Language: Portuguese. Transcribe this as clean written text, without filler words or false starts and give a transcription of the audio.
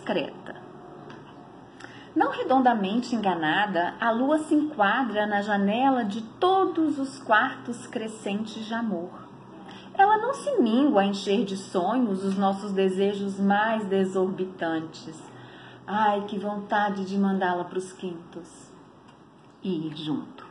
discreta. Não redondamente enganada, a lua se enquadra na janela de todos os quartos crescentes de amor. Ela não se mingua a encher de sonhos os nossos desejos mais desorbitantes. Ai, que vontade de mandá-la para os quintos e ir junto.